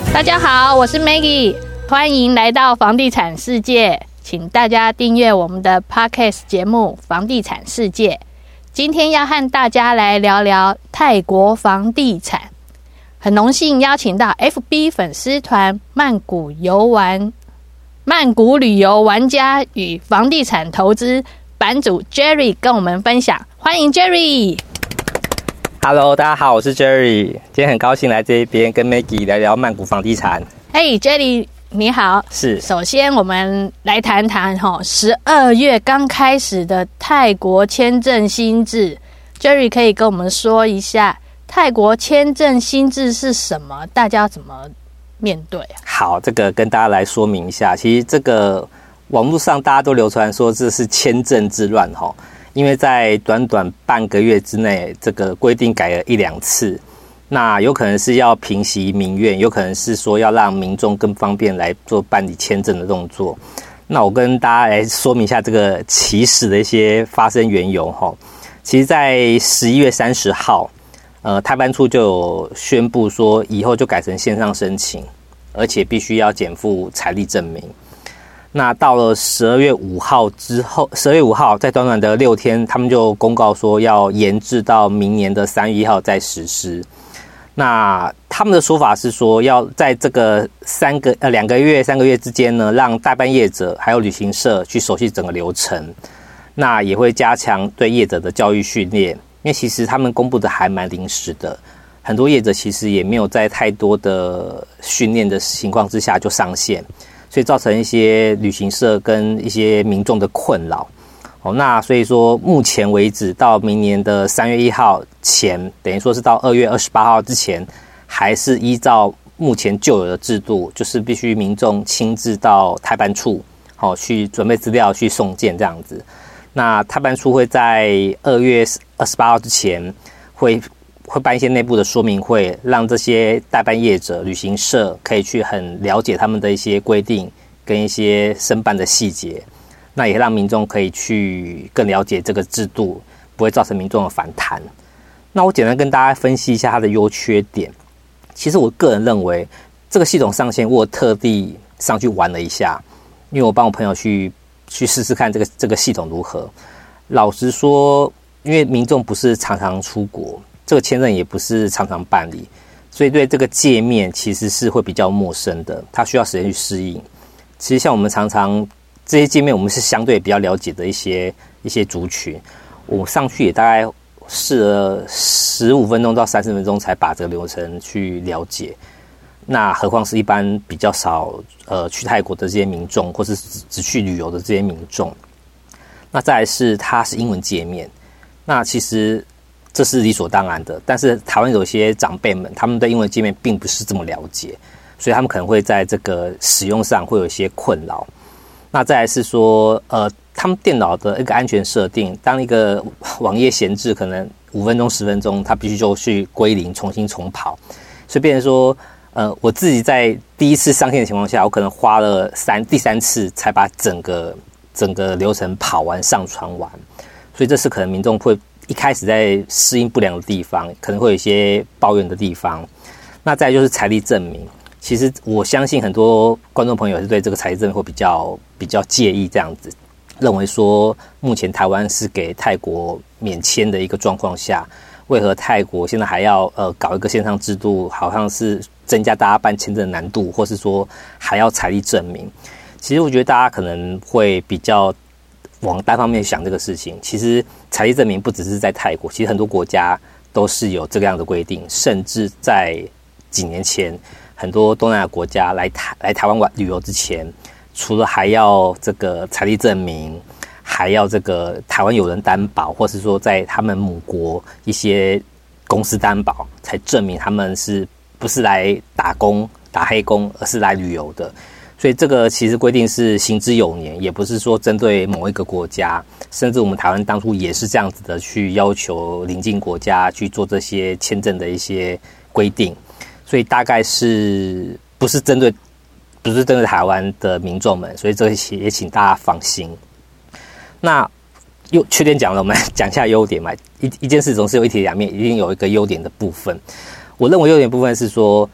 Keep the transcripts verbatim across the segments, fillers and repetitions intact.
大家好，我是 Maggie， 欢迎来到房地产世界，请大家订阅我们的 Podcast 节目《房地产世界》。今天要和大家来聊聊泰国房地产，很荣幸邀请到 F B 粉丝团曼谷游玩、曼谷旅游玩家与房地产投资版主 Jerry 跟我们分享，欢迎 Jerry。Hello， 大家好，我是 Jerry， 今天很高兴来这边跟 Maggie 聊聊曼谷房地产。 嘿、hey, Jerry， 你好。 是。 首先我们来谈谈哈，十二月刚开始的泰国签证新制 ，Jerry 可以跟我们说一下泰国签证新制是什么？大家怎么面对啊？ 好，这个跟大家来说明一下。其实这个网络上大家都流传说这是签证之乱哈。因为在短短半个月之内，这个规定改了一两次，那有可能是要平息民怨，有可能是说要让民众更方便来做办理签证的动作。那我跟大家来说明一下这个起始的一些发生缘由哈。其实，在十一月三十号，呃，泰办处就有宣布说，以后就改成线上申请，而且必须要减负财力证明。那到了十二月五号之后，十二月五号在短短的六天，他们就公告说要延至到明年的三月一号再实施。那他们的说法是说，要在这个三个呃两个月、三个月之间呢，让代办业者还有旅行社去熟悉整个流程。那也会加强对业者的教育训练，因为其实他们公布的还蛮临时的，很多业者其实也没有在太多的训练的情况之下就上线。所以造成一些旅行社跟一些民众的困扰，哦，那所以说目前为止到明年的三月一号前，等于说是到二月二十八号之前，还是依照目前旧有的制度，就是必须民众亲自到泰办处，好、哦、去准备资料去送件这样子。那泰办处会在二月二十八号之前会。会办一些内部的说明会，让这些代办业者、旅行社可以去很了解他们的一些规定跟一些申办的细节，那也让民众可以去更了解这个制度，不会造成民众的反弹。那我简单跟大家分析一下它的优缺点。其实我个人认为，这个系统上线，我特地上去玩了一下，因为我帮我朋友去去试试看这个这个系统如何。老实说，因为民众不是常常出国。这个签证也不是常常办理，所以对这个界面其实是会比较陌生的，它需要时间去适应。其实像我们常常这些界面，我们是相对比较了解的一些一些族群，我上去也大概试了十五分钟到三十分钟才把这个流程去了解。那何况是一般比较少呃去泰国的这些民众，或是只只去旅游的这些民众。那再来是它是英文界面，那其实。这是理所当然的，但是台湾有些长辈们，他们对英文界面并不是这么了解，所以他们可能会在这个使用上会有一些困扰。那再来是说，呃，他们电脑的一个安全设定，当一个网页闲置可能五分钟、十分钟，它必须就去归零，重新重跑，所以变成说，呃，我自己在第一次上线的情况下，我可能花了三第三次才把整个整个流程跑完、上传完，所以这是可能民众会。一开始在适应不良的地方，可能会有一些抱怨的地方。那再来就是财力证明，其实我相信很多观众朋友是对这个财力证明会比较比较介意，这样子认为说，目前台湾是给泰国免签的一个状况下，为何泰国现在还要呃搞一个线上制度，好像是增加大家办签证的难度，或是说还要财力证明？其实我觉得大家可能会比较。往单方面想这个事情，其实财力证明不只是在泰国，其实很多国家都是有这个样的规定，甚至在几年前，很多东南亚国家来台来台湾玩旅游之前，除了还要这个财力证明，还要这个台湾有人担保，或是说在他们母国一些公司担保，才证明他们是不是来打工打黑工，而是来旅游的。所以这个其实规定是行之有年，也不是说针对某一个国家，甚至我们台湾当初也是这样子的去要求邻近国家去做这些签证的一些规定，所以大概是不是针对不是针对台湾的民众们，所以这也请大家放心。那优缺点讲了，我们讲一下优点嘛。一一件事总是有一体两面，一定有一个优点的部分。我认为优点部分是说，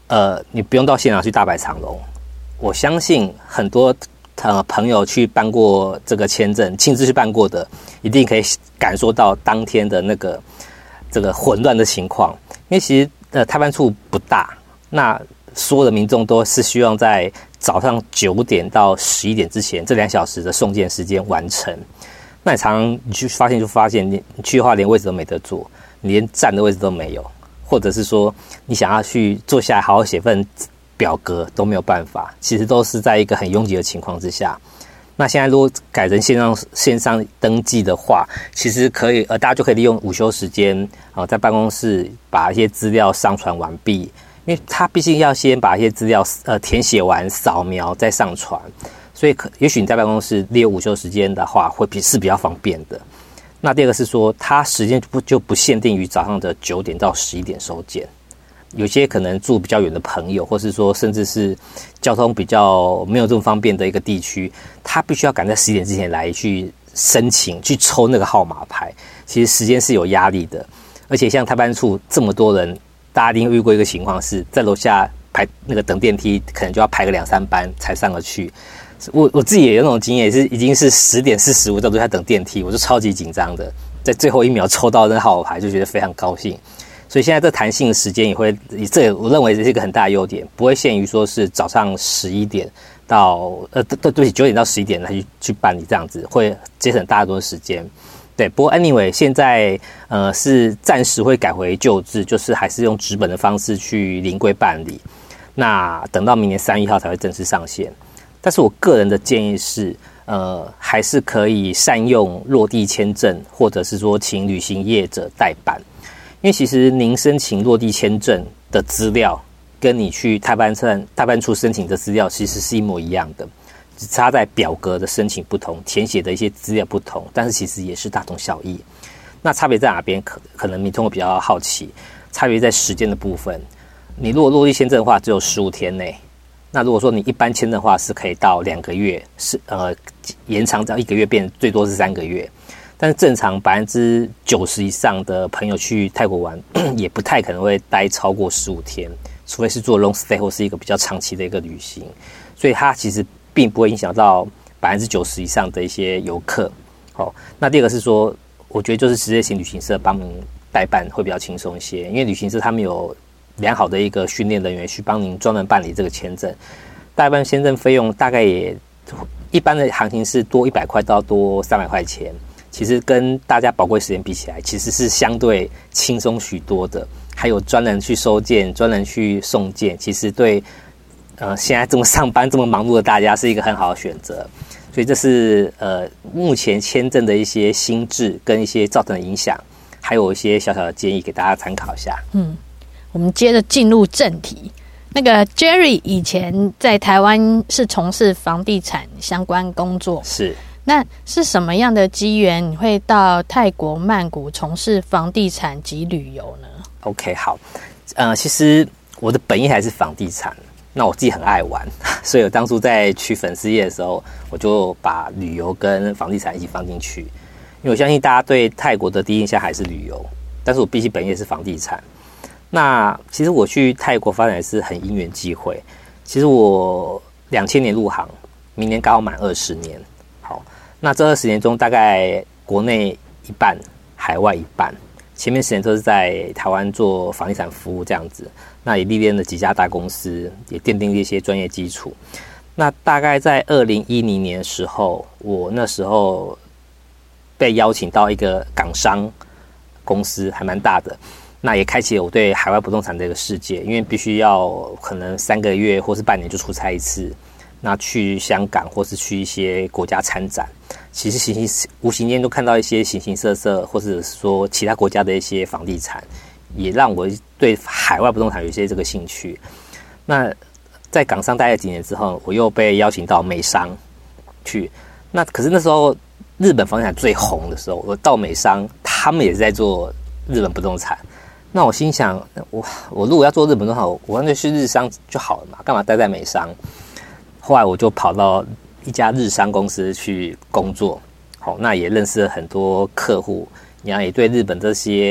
呃，你不用到现场去大排长龙。我相信很多呃朋友去办过这个签证，亲自去办过的，一定可以感受到当天的那个这个混乱的情况。因为其实呃台办处不大，那所有的民众都是希望在早上九点到十一点之前这两小时的送件时间完成。那你常常你去发现就发现，你你去的话连位置都没得坐，你连站的位置都没有，或者是说你想要去坐下来好好写份表格都没有办法，其实都是在一个很拥挤的情况之下。那现在如果改成线上线上登记的话，其实可以呃大家就可以利用午休时间啊、呃，在办公室把一些资料上传完毕，因为他毕竟要先把一些资料呃填写完、扫描再上传。所以可也许你在办公室利用午休时间的话，会比是比较方便的。那第二个是说，它时间就不就不限定于早上的九点到十一点收件。有些可能住比较远的朋友，或是说甚至是交通比较没有这么方便的一个地区，他必须要赶在十一点之前来去申请、去抽那个号码牌。其实时间是有压力的，而且像台办处这么多人，大家一定遇过一个情况是在楼下排那个等电梯，可能就要排个两三班才上得去。我我自己也有那种经验，是已经是十点四十五在楼下等电梯，我就超级紧张的，在最后一秒抽到那个号码牌，就觉得非常高兴。所以现在这弹性的时间也会，这我认为是一个很大的优点，不会限于说是早上十一点到呃对对不起九点到十一点来去去办理这样子，会节省大多的时间。对，不过 anyway 现在呃是暂时会改回旧制，就是还是用纸本的方式去临柜办理。那等到明年三月一号才会正式上线。但是我个人的建议是，呃，还是可以善用落地签证，或者是说请旅行业者代办。因为其实您申请落地签证的资料，跟你去台办处台办处申请的资料其实是一模一样的，只差在表格的申请不同，填写的一些资料不同，但是其实也是大同小异。那差别在哪边？可可能民众会比较好奇，差别在时间的部分。你如果落地签证的话，只有十五天内。那如果说你一般签证的话，是可以到两个月，是呃延长到一个月，变最多是三个月。但是正常百分之九十以上的朋友去泰国玩，也不太可能会待超过十五天，除非是做 long stay 或是一个比较长期的一个旅行。所以它其实并不会影响到百分之九十以上的一些游客。好，那第二个是说，我觉得就是直接请旅行社帮您代办会比较轻松一些，因为旅行社他们有良好的一个训练人员去帮您专门办理这个签证，代办签证费用大概也一般的行情是多一百块到多三百块钱，其实跟大家宝贵时间比起来，其实是相对轻松许多的。还有专人去收件、专人去送件，其实对呃现在这么上班这么忙碌的大家是一个很好的选择。所以这是呃目前签证的一些新制跟一些造成的影响，还有一些小小的建议给大家参考一下。 嗯。我们接着进入正题。那个 Jerry 以前在台湾是从事房地产相关工作， 是。 那是什么样的机缘你会到泰国曼谷从事房地产及旅游呢 ？OK， 好，呃，其实我的本业还是房地产，那我自己很爱玩，所以我当初在取粉丝页的时候，我就把旅游跟房地产一起放进去，因为我相信大家对泰国的第一印象还是旅游，但是我毕竟本业是房地产。那其实我去泰国发展也是很因缘际会。其实我两千年入行，明年刚好满二十年。好，那这二十年中，大概国内一半，海外一半。前面十年都是在台湾做房地产服务这样子。那也历练了几家大公司，也奠定了一些专业基础。那大概在二零一零年的时候，我那时候被邀请到一个港商公司，还蛮大的。那也开启了我对海外不动产的一个世界，因为必须要可能三个月或是半年就出差一次，那去香港或是去一些国家参展，其实形形无形间都看到一些形形色色，或者是说其他国家的一些房地产，也让我对海外不动产有一些这个兴趣。那在港商待了几年之后，我又被邀请到美商去，那可是那时候日本房地产最红的时候，我到美商，他们也是在做日本不动产。那我心想，我我如果要做日本不动产，我干脆去日商就好了嘛，干嘛待在美商？后来我就跑到一家日商公司去工作，好，那也认识了很多客户，然后也对日本这些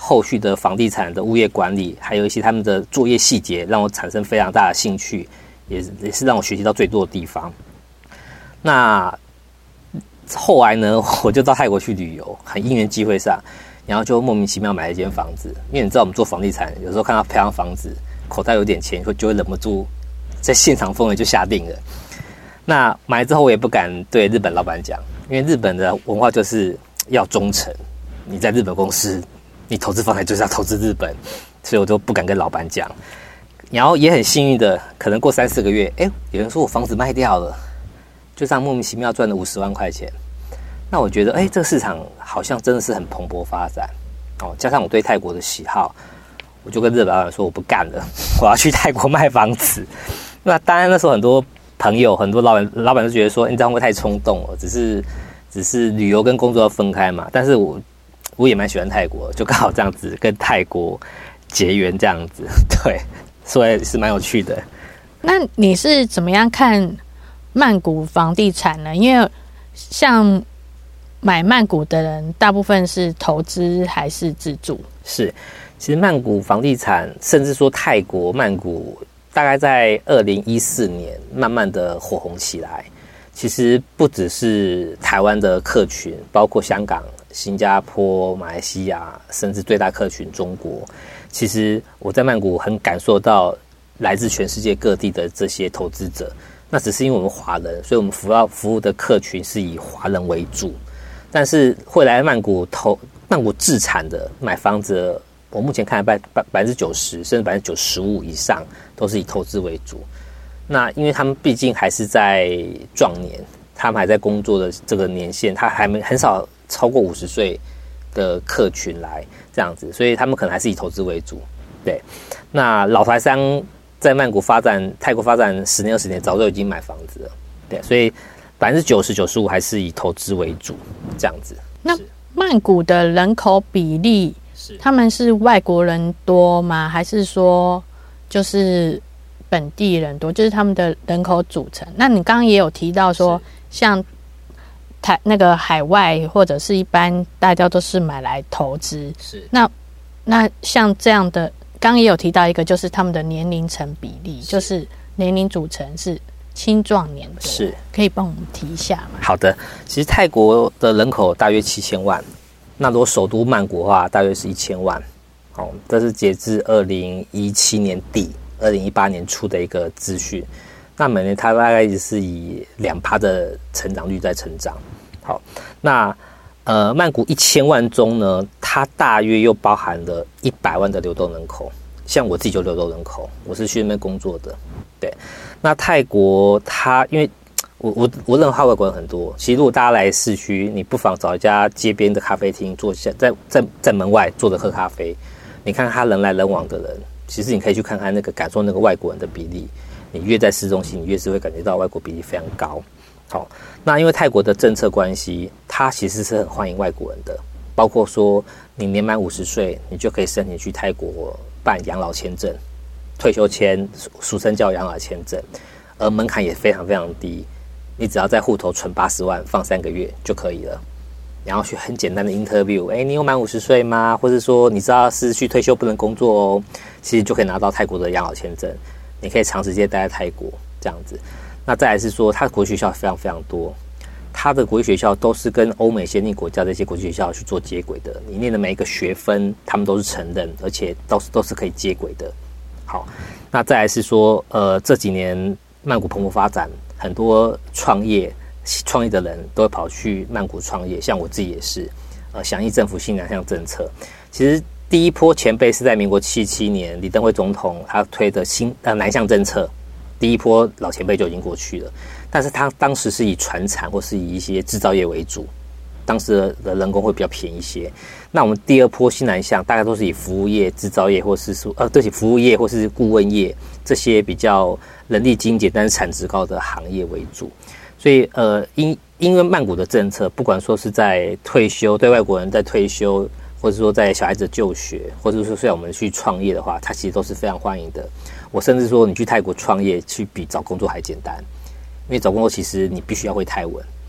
后续的房地产的物业管理，还有一些他们的作业细节，让我产生非常大的兴趣，也也是让我学习到最多的地方。那后来呢，我就到泰国去旅游，很因缘际会上，然后就莫名其妙买了一间房子。因为你知道我们做房地产，有时候看到漂亮房子，口袋有点钱，就会忍不住在现场氛围就下定了。那买了之后，我也不敢对日本老板讲，因为日本的文化就是要忠诚。你在日本公司，你投资房产就是要投资日本，所以我都不敢跟老板讲。然后也很幸运的，可能过三四个月，哎，有人说我房子卖掉了，就这样莫名其妙赚了五十万块钱。那我觉得，哎，这个市场好像真的是很蓬勃发展哦。加上我对泰国的喜好，我就跟日本老板说我不干了，我要去泰国卖房子。那当然那时候很多朋友、很多老板、老板都觉得说，你这样会太冲动了，只是只是旅游跟工作要分开嘛。但是我我也蛮喜欢泰国，就刚好这样子跟泰国结缘这样子，对，所以是蛮有趣的。 那你是怎么样看曼谷房地产呢？因为像买曼谷的人，大部分是投资还是自住？ 是，其实曼谷房地产，甚至说泰国曼谷，大概在二零一四年慢慢的火红起来。其实不只是台湾的客群，包括香港、新加坡、马来西亚，甚至最大客群中国。其实我在曼谷很感受到来自全世界各地的这些投资者。那只是因为我们华人，所以我们服务服务的客群是以华人为主。但是会来曼谷投曼谷置产的买房子，我目前看百百百分之九十甚至百分之九十五以上都是以投资为主。那因为他们毕竟还是在壮年，他们还在工作的这个年限，他还没很少超过五十岁的客群来这样子，所以他们可能还是以投资为主。对，那老台商在曼谷发展、泰国发展十年、二十年，早就已经买房子了。对，所以百分之九十、九十五还是以投资为主这样子。 那曼谷的人口比例，他们是外国人多吗？还是说就是本地人多，就是他们的人口组成？那你刚刚也有提到说，像台那个海外或者是一般大家都是买来投资， 是那那像这样的，刚刚也有提到一个，就是他们的年龄层比例，是就是年龄组成是青壮年多， 是可以帮我们提一下吗？ 好的，其实泰国的人口大约七千万，那如果首都曼谷的话，大约是一千万。哦，这是截至二零一七年底。二零一八年初的一个资讯，那每年它大概是以两趴的成长率在成长。好，那呃曼谷一千万中呢，它大约又包含了一百万的流动人口，像我自己就流动人口，我是去那边工作的。对，那泰国它因为我我我认为外国人很多，其实如果大家来市区，你不妨找一家街边的咖啡厅坐下，在在在门外坐着喝咖啡，你看他人来人往的人。其实你可以去看看那个感受那个外国人的比例，你越在市中心，你越是会感觉到外国比例非常高。好，那因为泰国的政策关系，它其实是很欢迎外国人的，包括说你年满五十岁，你就可以申请去泰国办养老签证、退休签，俗称叫养老签证，而门槛也非常非常低，你只要在户头存八十万，放三个月就可以了。然后去很简单的 interview， 哎，你有满五十岁吗？或者说你知道是去退休不能工作哦，其实就可以拿到泰国的养老签证，你可以长时间待在泰国这样子。那再来是说，它的国际学校非常非常多，它的国际学校都是跟欧美先进国家的一些国际学校去做接轨的，你念的每一个学分，他们都是承认，而且都是都是可以接轨的。好，那再来是说，呃，这几年曼谷蓬勃发展，很多创业。创业的人都会跑去曼谷创业，像我自己也是。呃，响应政府新南向政策，其实第一波前辈是在民国七七年李登辉总统他推的新呃南向政策，第一波老前辈就已经过去了，但是他当时是以传产或是以一些制造业为主，当时的人工会比较便宜一些。那我们第二波新南向大概都是以服务业、制造业或是说呃对起服务业或是顾问业这些比较人力精简但是产值高的行业为主。所以，呃，因因为曼谷的政策，不管说是在退休，对外国人在退休，或者说在小孩子就学，或者说像我们去创业的话，它其实都是非常欢迎的。我甚至说，你去泰国创业，去比找工作还简单，因为找工作其实你必须要会泰文，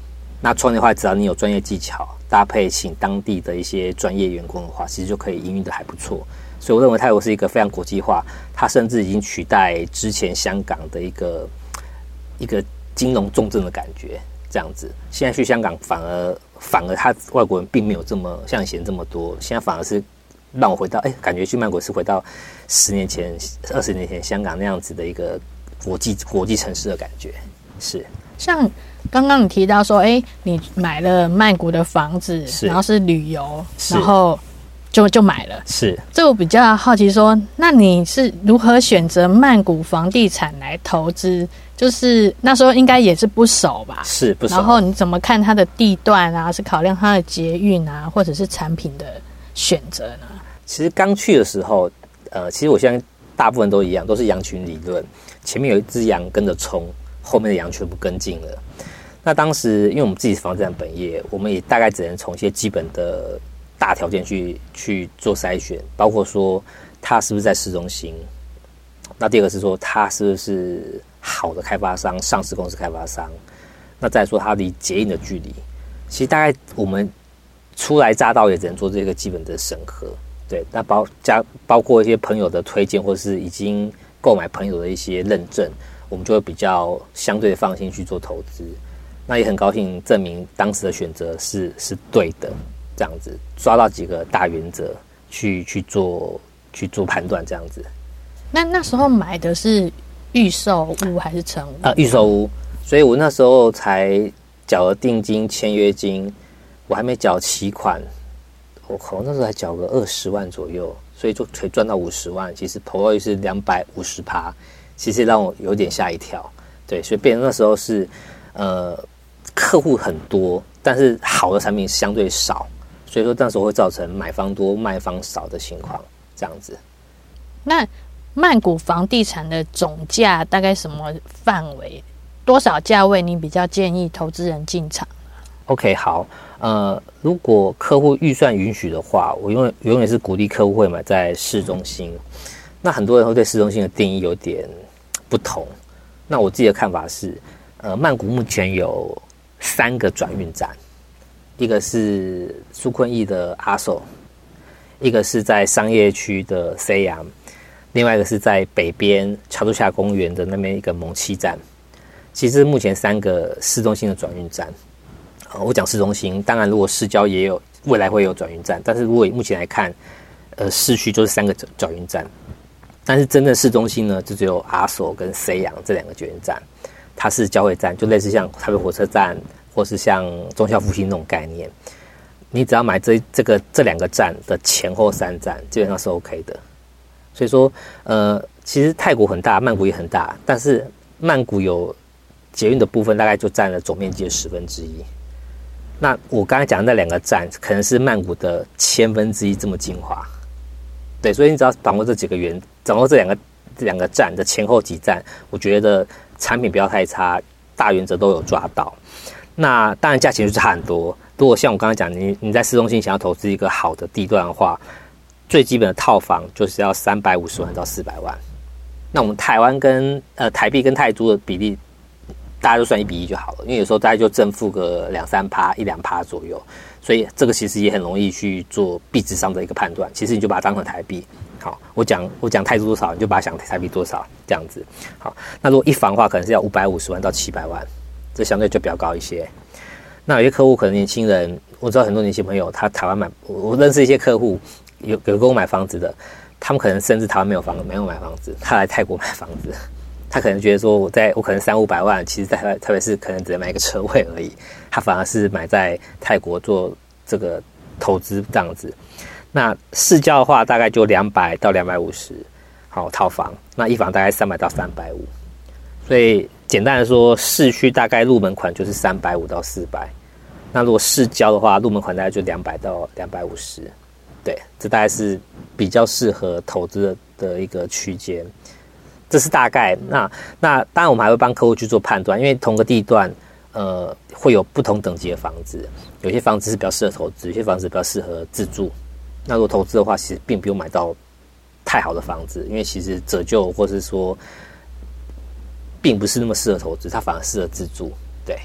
那创业的话，只要你有专业技巧，搭配请当地的一些专业员工的话，其实就可以营运的还不错。所以我认为泰国是一个非常国际化，它甚至已经取代之前香港的一个一个金融重镇的感觉。这样子，现在去香港反而反而他外国人并没有这么像以前这么多，现在反而是让我回到哎、欸，感觉去曼谷是回到十年前、二十年前香港那样子的一个国际国际城市的感觉。是像刚刚你提到说，哎、欸，你买了曼谷的房子，然后是旅游，然后就就买了。 是， 这我比较好奇说，那你是如何选择曼谷房地产来投资？就是那时候应该也是不熟吧？ 是不熟。 然后你怎么看它的地段啊？是考量它的捷运啊，或者是产品的选择呢？ 其实刚去的时候，呃，其实我相信大部分都一样，都是羊群理论。前面有一只羊跟着冲，后面的羊全部跟进了。那当时因为我们自己是房地产本业，我们也大概只能从一些基本的大条件去去做筛选，包括说它是不是在市中心。那第二个是说它是不是好的开发商，上市公司开发商。那再说它离捷运的距离，其实大概我们初来乍到也只能做这个基本的审核。对，那包加包括一些朋友的推荐，或是已经购买朋友的一些认证，我们就会比较相对的放心去做投资。那也很高兴证明当时的选择是是对的，这样子抓到几个大原则去去做去做判断，这样子。 那那时候买的是预售屋还是成屋？ 啊，预售屋，所以我那时候才缴了定金、签约金，我还没缴期款，我靠，那时候还缴个二十万左右，所以就可以赚到五十万。其实投报率是两百五十趴，其实让我有点吓一跳。对，所以变成那时候是呃客户很多，但是好的产品相对少，所以说那时候会造成买方多卖方少的情况，这样子。 那曼谷房地产的总价大概什么范围？多少价位你比较建议投资人进场 ？OK， 好，呃，如果客户预算允许的话，我永远永远是鼓励客户会买在市中心。那很多人会对市中心的定义有点不同。那我自己的看法是，呃，曼谷目前有三个转运站，一个是苏坤义的阿首，一个是在商业区的 C 阳。另外一个是在北边乔杜夏公园的那边一个蒙七站，其实目前三个市中心的转运站。呃、我讲市中心，当然如果市郊也有，未来会有转运站，但是如果目前来看，呃，市区就是三个转运站，但是真正市中心呢，就只有阿索跟 C 阳这两个转运站，它是交汇站，就类似像台北火车站或是像忠孝复兴那种概念。你只要买这这个这两个站的前后三站，基本上是 OK 的。所以说，呃，其实泰国很大，曼谷也很大，但是曼谷有捷运的部分，大概就占了总面积的十分之一。那我刚才讲的那两个站，可能是曼谷的千分之一这么精华。对，所以你只要掌握这几个原，掌握这两个这两个站的前后几站，我觉得产品不要太差，大原则都有抓到。那当然价钱就差很多。如果像我刚才讲，你你在市中心想要投资一个好的地段的话，最基本的套房就是要三百五十万到四百万。那我们台湾跟呃台币跟泰铢的比例，大家就算一比一就好了，因为有时候大概就正负个两三趴、一两趴左右，所以这个其实也很容易去做币值上的一个判断。其实你就把它当成台币，好，我讲我讲泰铢多少，你就把它想台币多少这样子。好，那如果一房的话，可能是要五百五十万到七百万，这相对就比较高一些。那有些客户可能年轻人，我知道很多年轻朋友，他台湾买，我认识一些客户。有有跟我买房子的，他们可能甚至台湾没有房没有买房子，他来泰国买房子，他可能觉得说我在我可能三五百万，其实在台特别是可能只能买一个车位而已，他反而是买在泰国做这个投资这样子。那市郊的话，大概就两百到两百五十，好套房，那一房大概三百到三百五，所以简单的说，市区大概入门款就是三百五到四百，那如果市郊的话，入门款大概就两百到两百五十。对，这大概是比较适合投资 的, 的一个区间，这是大概。那那当然，我们还会帮客户去做判断，因为同个地段，呃，会有不同等级的房子，有些房子是比较适合投资，有些房子比较适合自住。那如果投资的话，其实并不用买到太好的房子，因为其实折旧或是说，并不是那么适合投资，它反而适合自住。对。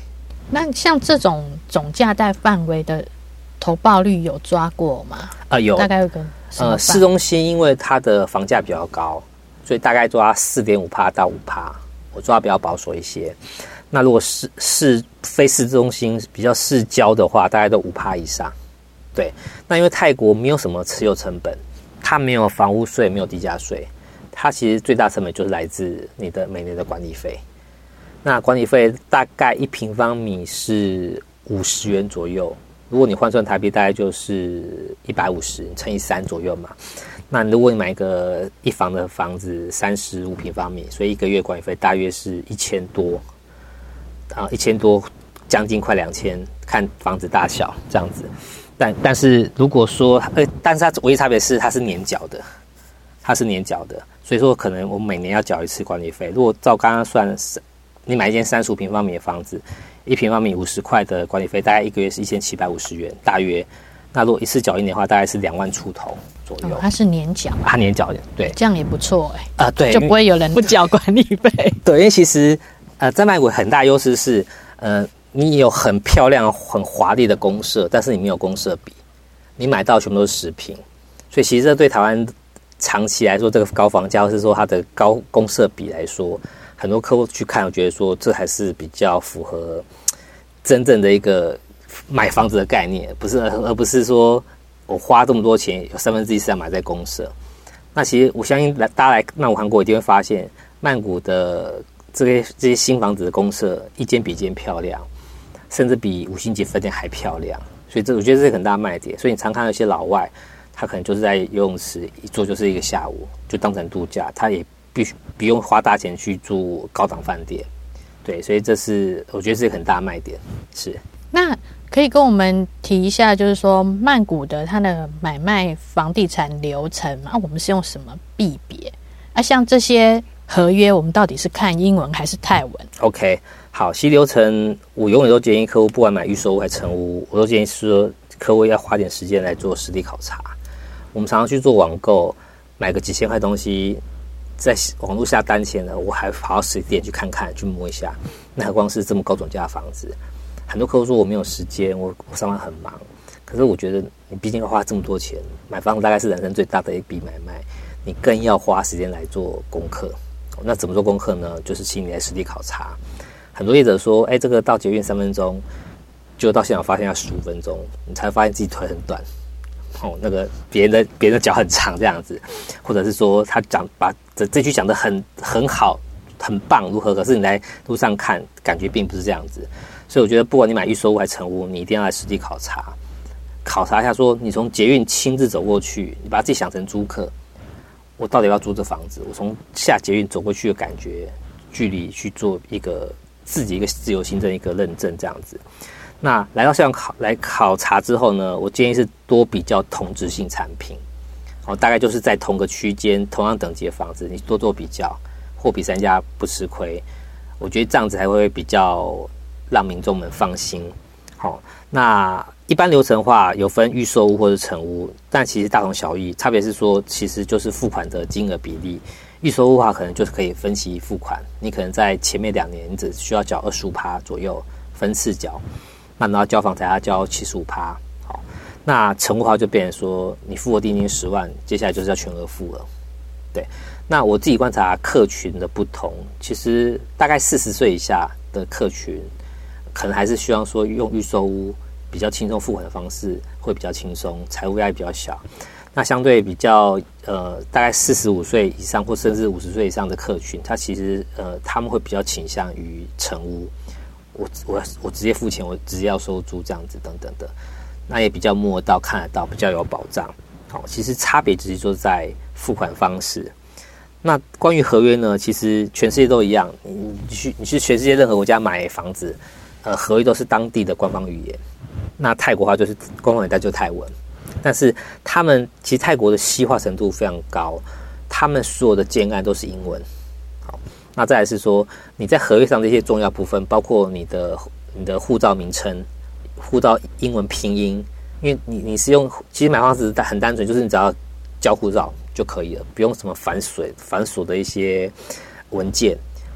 那像这种总价带范围的投报率有抓过吗？啊、 呃，有， 大概有个呃，市中心因为它的房价比较高，所以大概抓四点五趴到五趴，我抓比较保守一些。那如果是市非市中心比较市郊的话，大概都五趴以上。对，那因为泰国没有什么持有成本，它没有房屋税，没有地价税，它其实最大成本就是来自你的每年的管理费。那管理费大概一平方米是五十元左右，如果你换算台币，大概就是一百五十乘以三左右嘛。那如果你买一个一房的房子，三十五平方米，所以一个月管理费大约是一千多，啊，一千多，将近快两千，看房子大小这样子。但但是如果说，呃，但是它唯一差别是它是年缴的，它是年缴的，所以说可能我们每年要缴一次管理费。如果照刚刚算，你买一间三十五平方米的房子，一平方米五十块的管理费，大概一个月是一千七百五十元，大约。那如果一次缴一年的话，大概是两万出头左右。 哦，它是年缴， 它年缴，对， 这样也不错哎、 欸。啊、呃，对， 就不会有人不缴管理费。 对，因为其实呃，在曼谷很大优势是，呃，你有很漂亮、很华丽的公社，但是你没有公社比，你买到全部都是实坪，所以其实这对台湾长期来说，这个高房价或是说它的高公社比来说。很多客户去看，我觉得说这还是比较符合真正的一个买房子的概念，不是而不是说我花这么多钱，有三分之一是要买在公社。那其实我相信来大家来曼谷韩国一定会发现，曼谷的这些这些新房子的公社一间比一间漂亮，甚至比五星级饭店还漂亮。所以这我觉得这是很大卖点。所以你常看到一些老外，他可能就是在游泳池一坐就是一个下午，就当成度假，他也必须不用花大钱去住高档饭店，对，所以这是我觉得是一个很大的卖点。是， 那可以跟我们提一下，就是说曼谷的它的买卖房地产流程啊，我们是用什么币别啊？像这些合约，我们到底是看英文还是泰文 ？OK， 好，其实流程我永远都建议客户，不管买预售屋还是成屋，我都建议说客户要花点时间来做实地考察。我们常常去做网购，买个几千块东西。在网络下单前呢，我还跑到实体店去看看，去摸一下。那何况是这么高总价的房子？很多客户说我没有时间，我我上班很忙。可是我觉得你毕竟要花这么多钱，买房子大概是人生最大的一笔买卖，你更要花时间来做功课。那怎么做功课呢？就是请你来实地考察。很多业者说，哎，这个到捷运三分钟，就到现场发现要十五分钟，你才发现自己腿很短。哦，那个别人的别人的脚很长这样子，或者是说他讲把这这句讲得很很好很棒如何，可是你来路上看感觉并不是这样子，所以我觉得不管你买预售屋还是成屋，你一定要来实地考察，考察一下说你从捷运亲自走过去，你把自己想成租客，我到底要租这房子，我从下捷运走过去的感觉距离去做一个自己一个自由行政一个认证这样子。那来到现场考来考察之后呢，我建议是多比较同质性产品，哦，大概就是在同个区间、同样等级的房子，你多做比较，货比三家不吃亏。我觉得这样子才会比较让民众们放心。好、哦，那一般流程的话，有分预售屋或者成屋，但其实大同小异，差别是说，其实就是付款的金额比例。预售屋的话，可能就是可以分期付款，你可能在前面两年，你只需要缴二十五趴左右，分次缴。那然后交房才要交七十五趴，好，那成屋的话就变成说，你付了定金十万，接下来就是要全额付了，对。那我自己观察客群的不同，其实大概四十岁以下的客群，可能还是希望说用预售屋比较轻松付款的方式，会比较轻松，财务压力比较小。那相对比较呃，大概四十五岁以上或甚至五十岁以上的客群，他其实呃他们会比较倾向于成屋。我我我直接付钱，我直接要收租这样子等等的，那也比较摸得到、看得到，比较有保障。好，其实差别只是说在付款方式。那关于合约呢，其实全世界都一样。你去你去全世界任何国家买房子，呃，合约都是当地的官方语言。那泰国的话就是官方语言就是泰文，但是他们其实泰国的西化程度非常高，他们所有的建案都是英文。好。那再来是说，你在合约上这些重要部分，包括你的你的护照名称、护照英文拼音，因为你你是用，其实买房子很单纯，就是你只要交护照就可以了，不用什么繁琐繁琐的一些文件。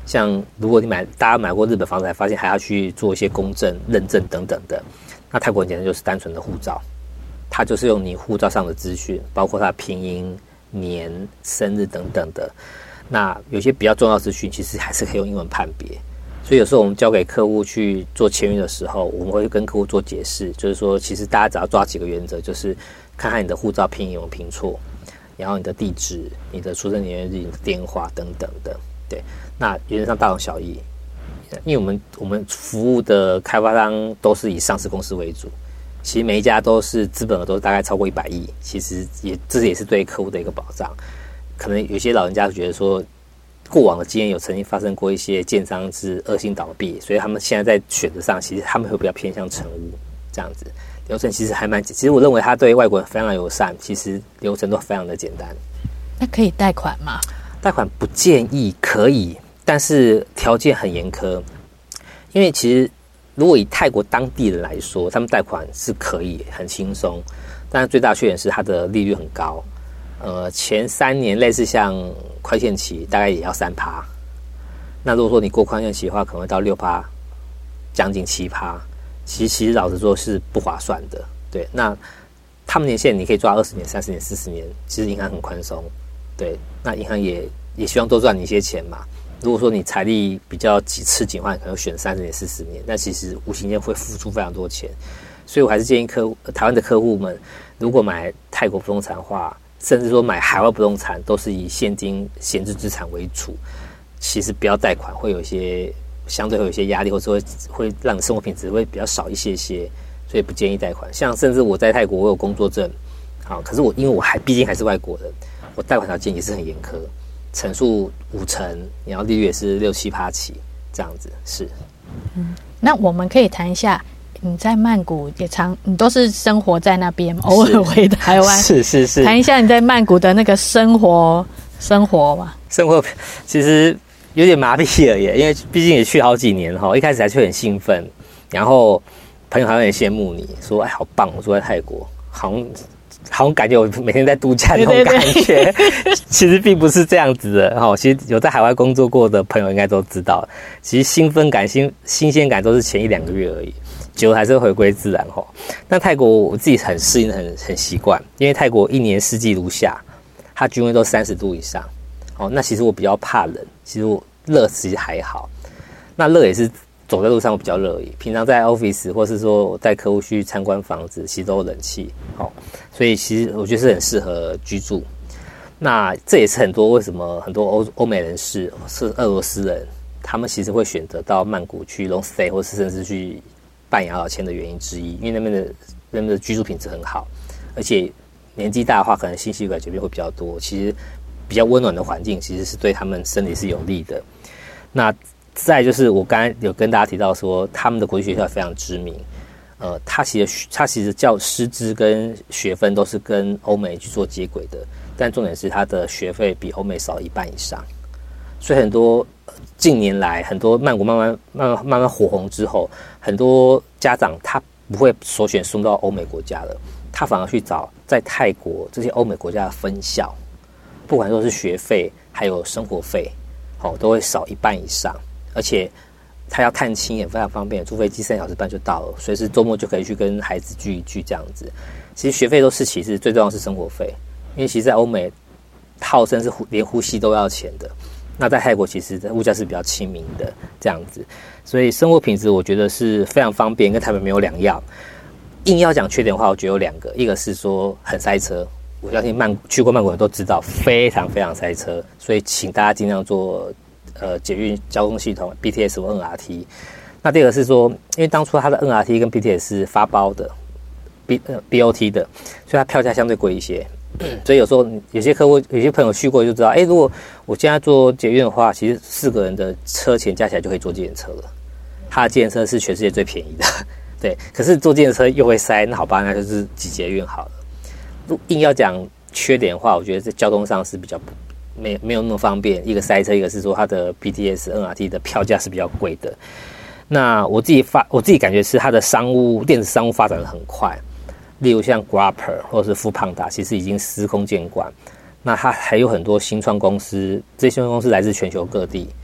像如果你买大家买过日本房子，才发现还要去做一些公证、认证等等的。那泰国很简单，就是单纯的护照，它就是用你护照上的资讯，包括它的拼音、年、生日等等的。那有些比较重要的资讯，其实还是可以用英文判别。所以有时候我们交给客户去做签约的时候，我们会跟客户做解释，就是说，其实大家只要抓几个原则，就是看看你的护照拼音有没有拼错，然后你的地址、你的出生年月日、你的电话等等的。对，那原则上大同小异。因为我们我们服务的开发商都是以上市公司为主，其实每一家都是资本额都大概超过一百亿，其实也这也是对客户的一个保障。可能有些老人家会觉得说，过往的经验有曾经发生过一些建商是恶性倒闭，所以他们现在在选择上，其实他们会比较偏向成屋这样子。流程其实还蛮，其实我认为他对外国人非常友善，其实流程都非常的简单。 那可以贷款吗？ 贷款不建议，可以，但是条件很严苛。因为其实如果以泰国当地人来说，他们贷款是可以很轻松，但是最大的缺点是它的利率很高。呃，前三年类似像宽限期，大概也要三趴。那如果说你过宽限期的话，可能会到六趴，将近七趴。其实其实老实说是不划算的。对，那他们年限你可以抓二十年、三十年、四十年，其实银行很宽松。对，那银行也也希望多赚你一些钱嘛。如果说你财力比较几次紧的话，可能选三十年、四十年，但其实无形间会付出非常多钱。所以我还是建议客户，台湾的客户们，如果买泰国不动产的话，甚至说买海外不动产，都是以现金闲置资产为主。其实不要贷款，会有一些相对会有一些压力，或者会会让你生活品质会比较少一些些，所以不建议贷款。像甚至我在泰国，我有工作证，好，可是我因为我还毕竟还是外国人，我贷款条件也是很严苛，成数五成，然后利率也是六七趴起，这样子是。 嗯，那我们可以谈一下。你在曼谷也常，你都是生活在那边，偶尔回台湾， 是是是。 谈一下你在曼谷的那个生活生活嘛？ 生活其实有点麻痹了耶，因为毕竟也去好几年哈，一开始还是会很兴奋，然后朋友还会很羡慕你说，哎，好棒，我住在泰国，好像好像感觉我每天在度假那种感觉。对对对其实并不是这样子的哈。其实有在海外工作过的朋友应该都知道，其实兴奋感、新新鲜感都是前一两个月而已。久还是回归自然吼。那泰国我自己很适应很很习惯，因为泰国一年四季如夏，它均温都三十度以上。哦，那其实我比较怕冷，其实我热其实还好。那热也是走在路上我比较热而已。平常在 office 或是说我带客户去参观房子，其实都有冷气，哦，所以其实我觉得是很适合居住。那这也是很多为什么很多欧欧美人士是俄罗斯人，他们其实会选择到曼谷去 long stay， 或是甚至去办养老签的原因之一，因为那边的那边的居住品质很好，而且年纪大的话，可能心血管疾病会比较多。其实比较温暖的环境，其实是对他们身体是有利的。那再就是我刚才有跟大家提到说，他们的国际学校非常知名，呃，它其实它其实教师资跟学分都是跟欧美去做接轨的，但重点是它的学费比欧美少一半以上，所以很多。近年来，很多曼谷慢慢、慢慢、慢慢火红之后，很多家长他不会首选送到欧美国家了，他反而去找在泰国这些欧美国家的分校，不管说是学费还有生活费，哦，都会少一半以上，而且他要探亲也非常方便，坐飞机三小时半就到了，随时周末就可以去跟孩子聚一聚这样子。其实学费都是其次，最重要是生活费，因为其实在欧美，号称是连呼吸都要钱的。那在泰国其实物价是比较亲民的这样子，所以生活品质我觉得是非常方便，跟台北没有两样。硬要讲缺点的话，我觉得有两个，一个是说很塞车，我相信曼去过曼谷人都知道，非常非常塞车，所以请大家尽量做呃捷运交通系统 B T S 或 N R T。那第二个是说，因为当初它的 N R T 跟 B T S 是发包的 B 呃 B O T 的，所以它票价相对贵一些。所以有时候有些客户、有些朋友去过就知道，哎，如果我现在坐捷运的话，其实四个人的车钱加起来就可以坐计程车了。它的计程车是全世界最便宜的，对。可是坐计程车又会塞，那好吧，那就是挤捷运好了。硬要讲缺点的话，我觉得在交通上是比较没没有那么方便。一个塞车，一个是说它的 B T S、N R T 的票价是比较贵的。那我自己发，我自己感觉是它的商务电子商务发展的很快。例如像 Grabber 或者是 Foodpanda， 其实已经司空见惯。那它还有很多新创公司，这些新创公司来自全球各地，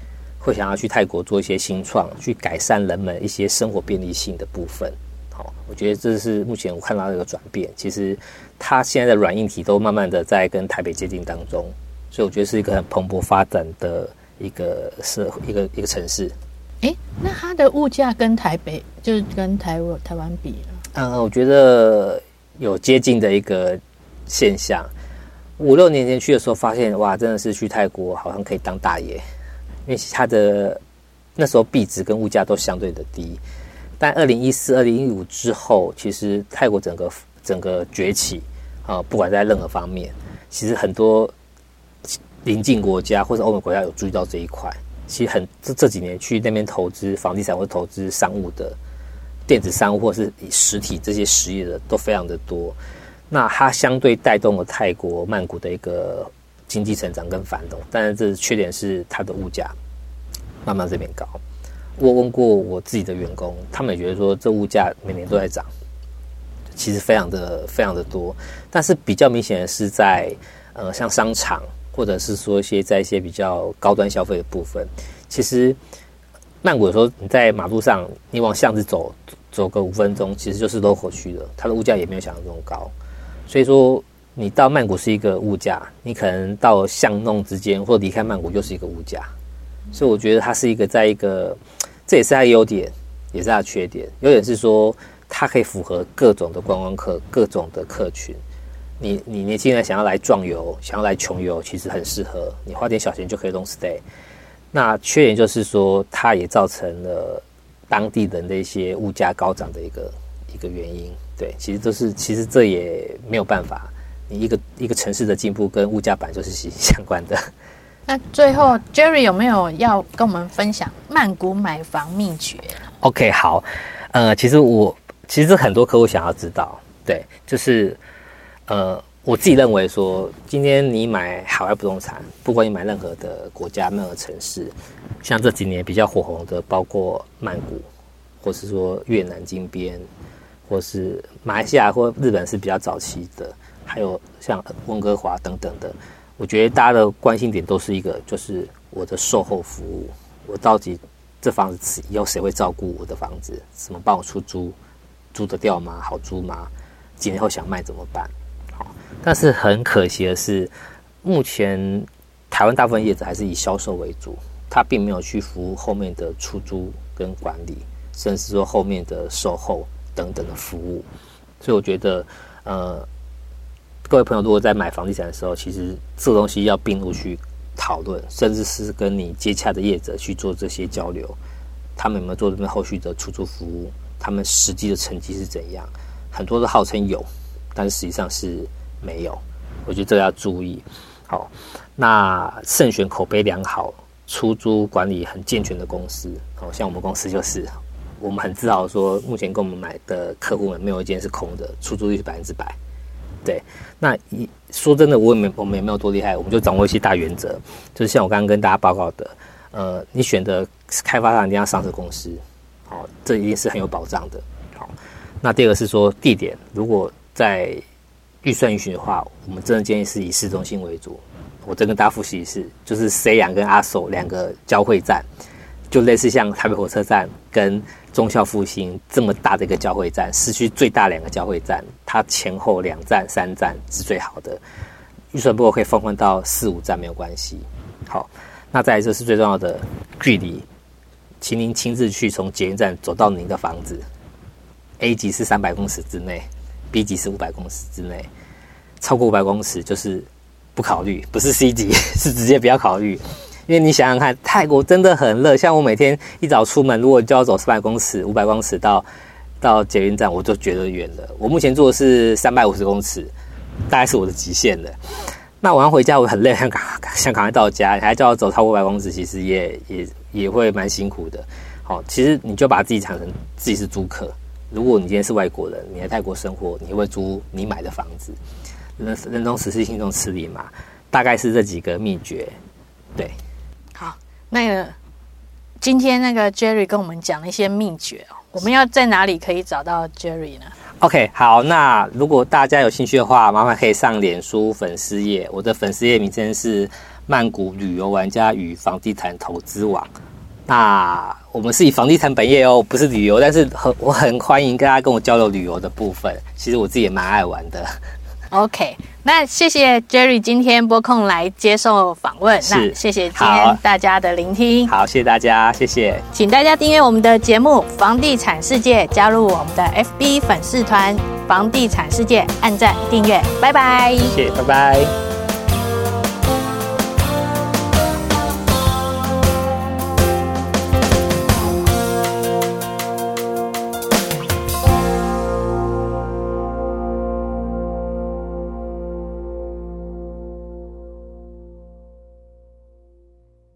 会想要去泰国做一些新创，去改善人们一些生活便利性的部分。好，我觉得这是目前我看到的一个转变。其实它现在的软硬体都慢慢的在跟台北接近当中，所以我觉得是一个很蓬勃发展的一个社一个一个城市。 哎，那它的物价跟台北就是跟台湾台湾比了？ 嗯，我觉得有接近的一个现象。五六年前去的时候，发现哇，真的是去泰国好像可以当大爷，因为它的那时候币值跟物价都相对的低。但二零一四、二零一五之后，其实泰国整个整个崛起啊、呃，不管在任何方面，其实很多邻近国家或者欧美国家有注意到这一块。其实很这这几年去那边投资房地产或投资商务的电子商务或是实体这些实业的都非常的多。那它相对带动了泰国曼谷的一个经济成长跟繁荣，但是这缺点是它的物价慢慢这边高。我问过我自己的员工，他们也觉得说这物价每年都在涨，其实非常的非常的多。但是比较明显的是在呃像商场，或者是说一些在一些比较高端消费的部分，其实曼谷有时候你在马路上，你往巷子走走个五分钟，其实就是 local 区的，它的物价也没有想象中高。所以说你到曼谷是一个物价，你可能到巷弄之间或离开曼谷又是一个物价。所以我觉得它是一个在一个，这也是它的优点，也是它的缺点。优点是说它可以符合各种的观光客、各种的客群。你你年轻人想要来壮游，想要来穷游，其实很适合，你花点小钱就可以 long stay。那缺点就是说，它也造成了当地人的一些物价高涨的一个一个原因。对，其实都是，其实这也没有办法，你一个一个城市的进步跟物价本来就是息息相关的。 那最后 Jerry 有没有要跟我们分享曼谷买房秘诀 ？OK， 好，呃，其实我其实很多客户想要知道，对，就是呃，我自己认为说，今天你买海外不动产，不管你买任何的国家、任何城市，像这几年比较火红的，包括曼谷，或是说越南金边，或是马来西亚或日本是比较早期的，还有像温哥华等等的。我觉得大家的关心点都是一个，就是我的售后服务，我到底这房子以后谁会照顾我的房子？怎么帮我出租？租得掉吗？好租吗？几年后想卖怎么办？好，但是很可惜的是，目前台湾大部分业者还是以销售为主，他并没有去服务后面的出租跟管理，甚至说后面的售后等等的服务。所以我觉得，呃。各位朋友，如果在买房地产的时候，其实这个东西要并入去讨论，甚至是跟你接洽的业者去做这些交流，他们有没有做这边后续的出租服务，他们实际的成绩是怎样？很多都号称有，但是实际上是没有。我觉得这个要注意。好，那慎选口碑良好、出租管理很健全的公司。好，像我们公司就是，我们很自豪说，目前跟我们买的客户们没有一间是空的，出租率是百分之百。对，那说真的，我也没我们也没有多厉害，我们就掌握一些大原则，就是像我刚刚跟大家报告的，呃，你选的开发商一定要上市公司，好、哦，这一定是很有保障的。好，那第二个是说地点，如果在预算允许的话，我们真的建议是以市中心为主。我再跟大家复习一次，就是 C 阳跟阿首两个交汇站，就类似像台北火车站跟忠孝复兴这么大的一个交汇站，市区最大两个交汇站，它前后两站三站是最好的。预算不够可以放宽到四五站没有关系。好，那再来这是最重要的距离，请您亲自去从捷运站走到您的房子 ，A 级是三百公尺之内 ，B 级是五百公尺之内，超过五百公尺就是不考虑，不是 C 级，是直接不要考虑。因为你想想看，泰国真的很热，像我每天一早出门，如果就要走四百公尺、五百公尺到到捷运站，我就觉得远了。我目前做的是三百五十公尺，大概是我的极限了。那晚上回家我很累，想赶想赶快到家，你还叫我走超过五百公尺，其实也也也会蛮辛苦的。好，其实你就把自己想成自己是租客。如果你今天是外国人，你在泰国生活，你会租你买的房子，人人中实事，心中吃力嘛，大概是这几个秘诀，对。 好，那个今天那个 Jerry 跟我们讲了一些秘诀哦，我们要在哪里可以找到 Jerry 呢 ？OK， 好，那如果大家有兴趣的话，麻烦可以上脸书粉丝页，我的粉丝页名称是曼谷旅游玩家与房地产投资网。 那我们是以房地产本业哦，不是旅游，但是很我很欢迎大家跟我交流旅游的部分。其实我自己也蛮爱玩的。 OK， 那谢谢 Jerry 今天拨空来接受访问，那谢谢今天大家的聆听。 好，谢谢大家，谢谢。 请大家订阅我们的节目《房地产世界》，加入我们的 F B 粉丝团《房地产世界》，按赞订阅，拜拜。 谢谢，拜拜。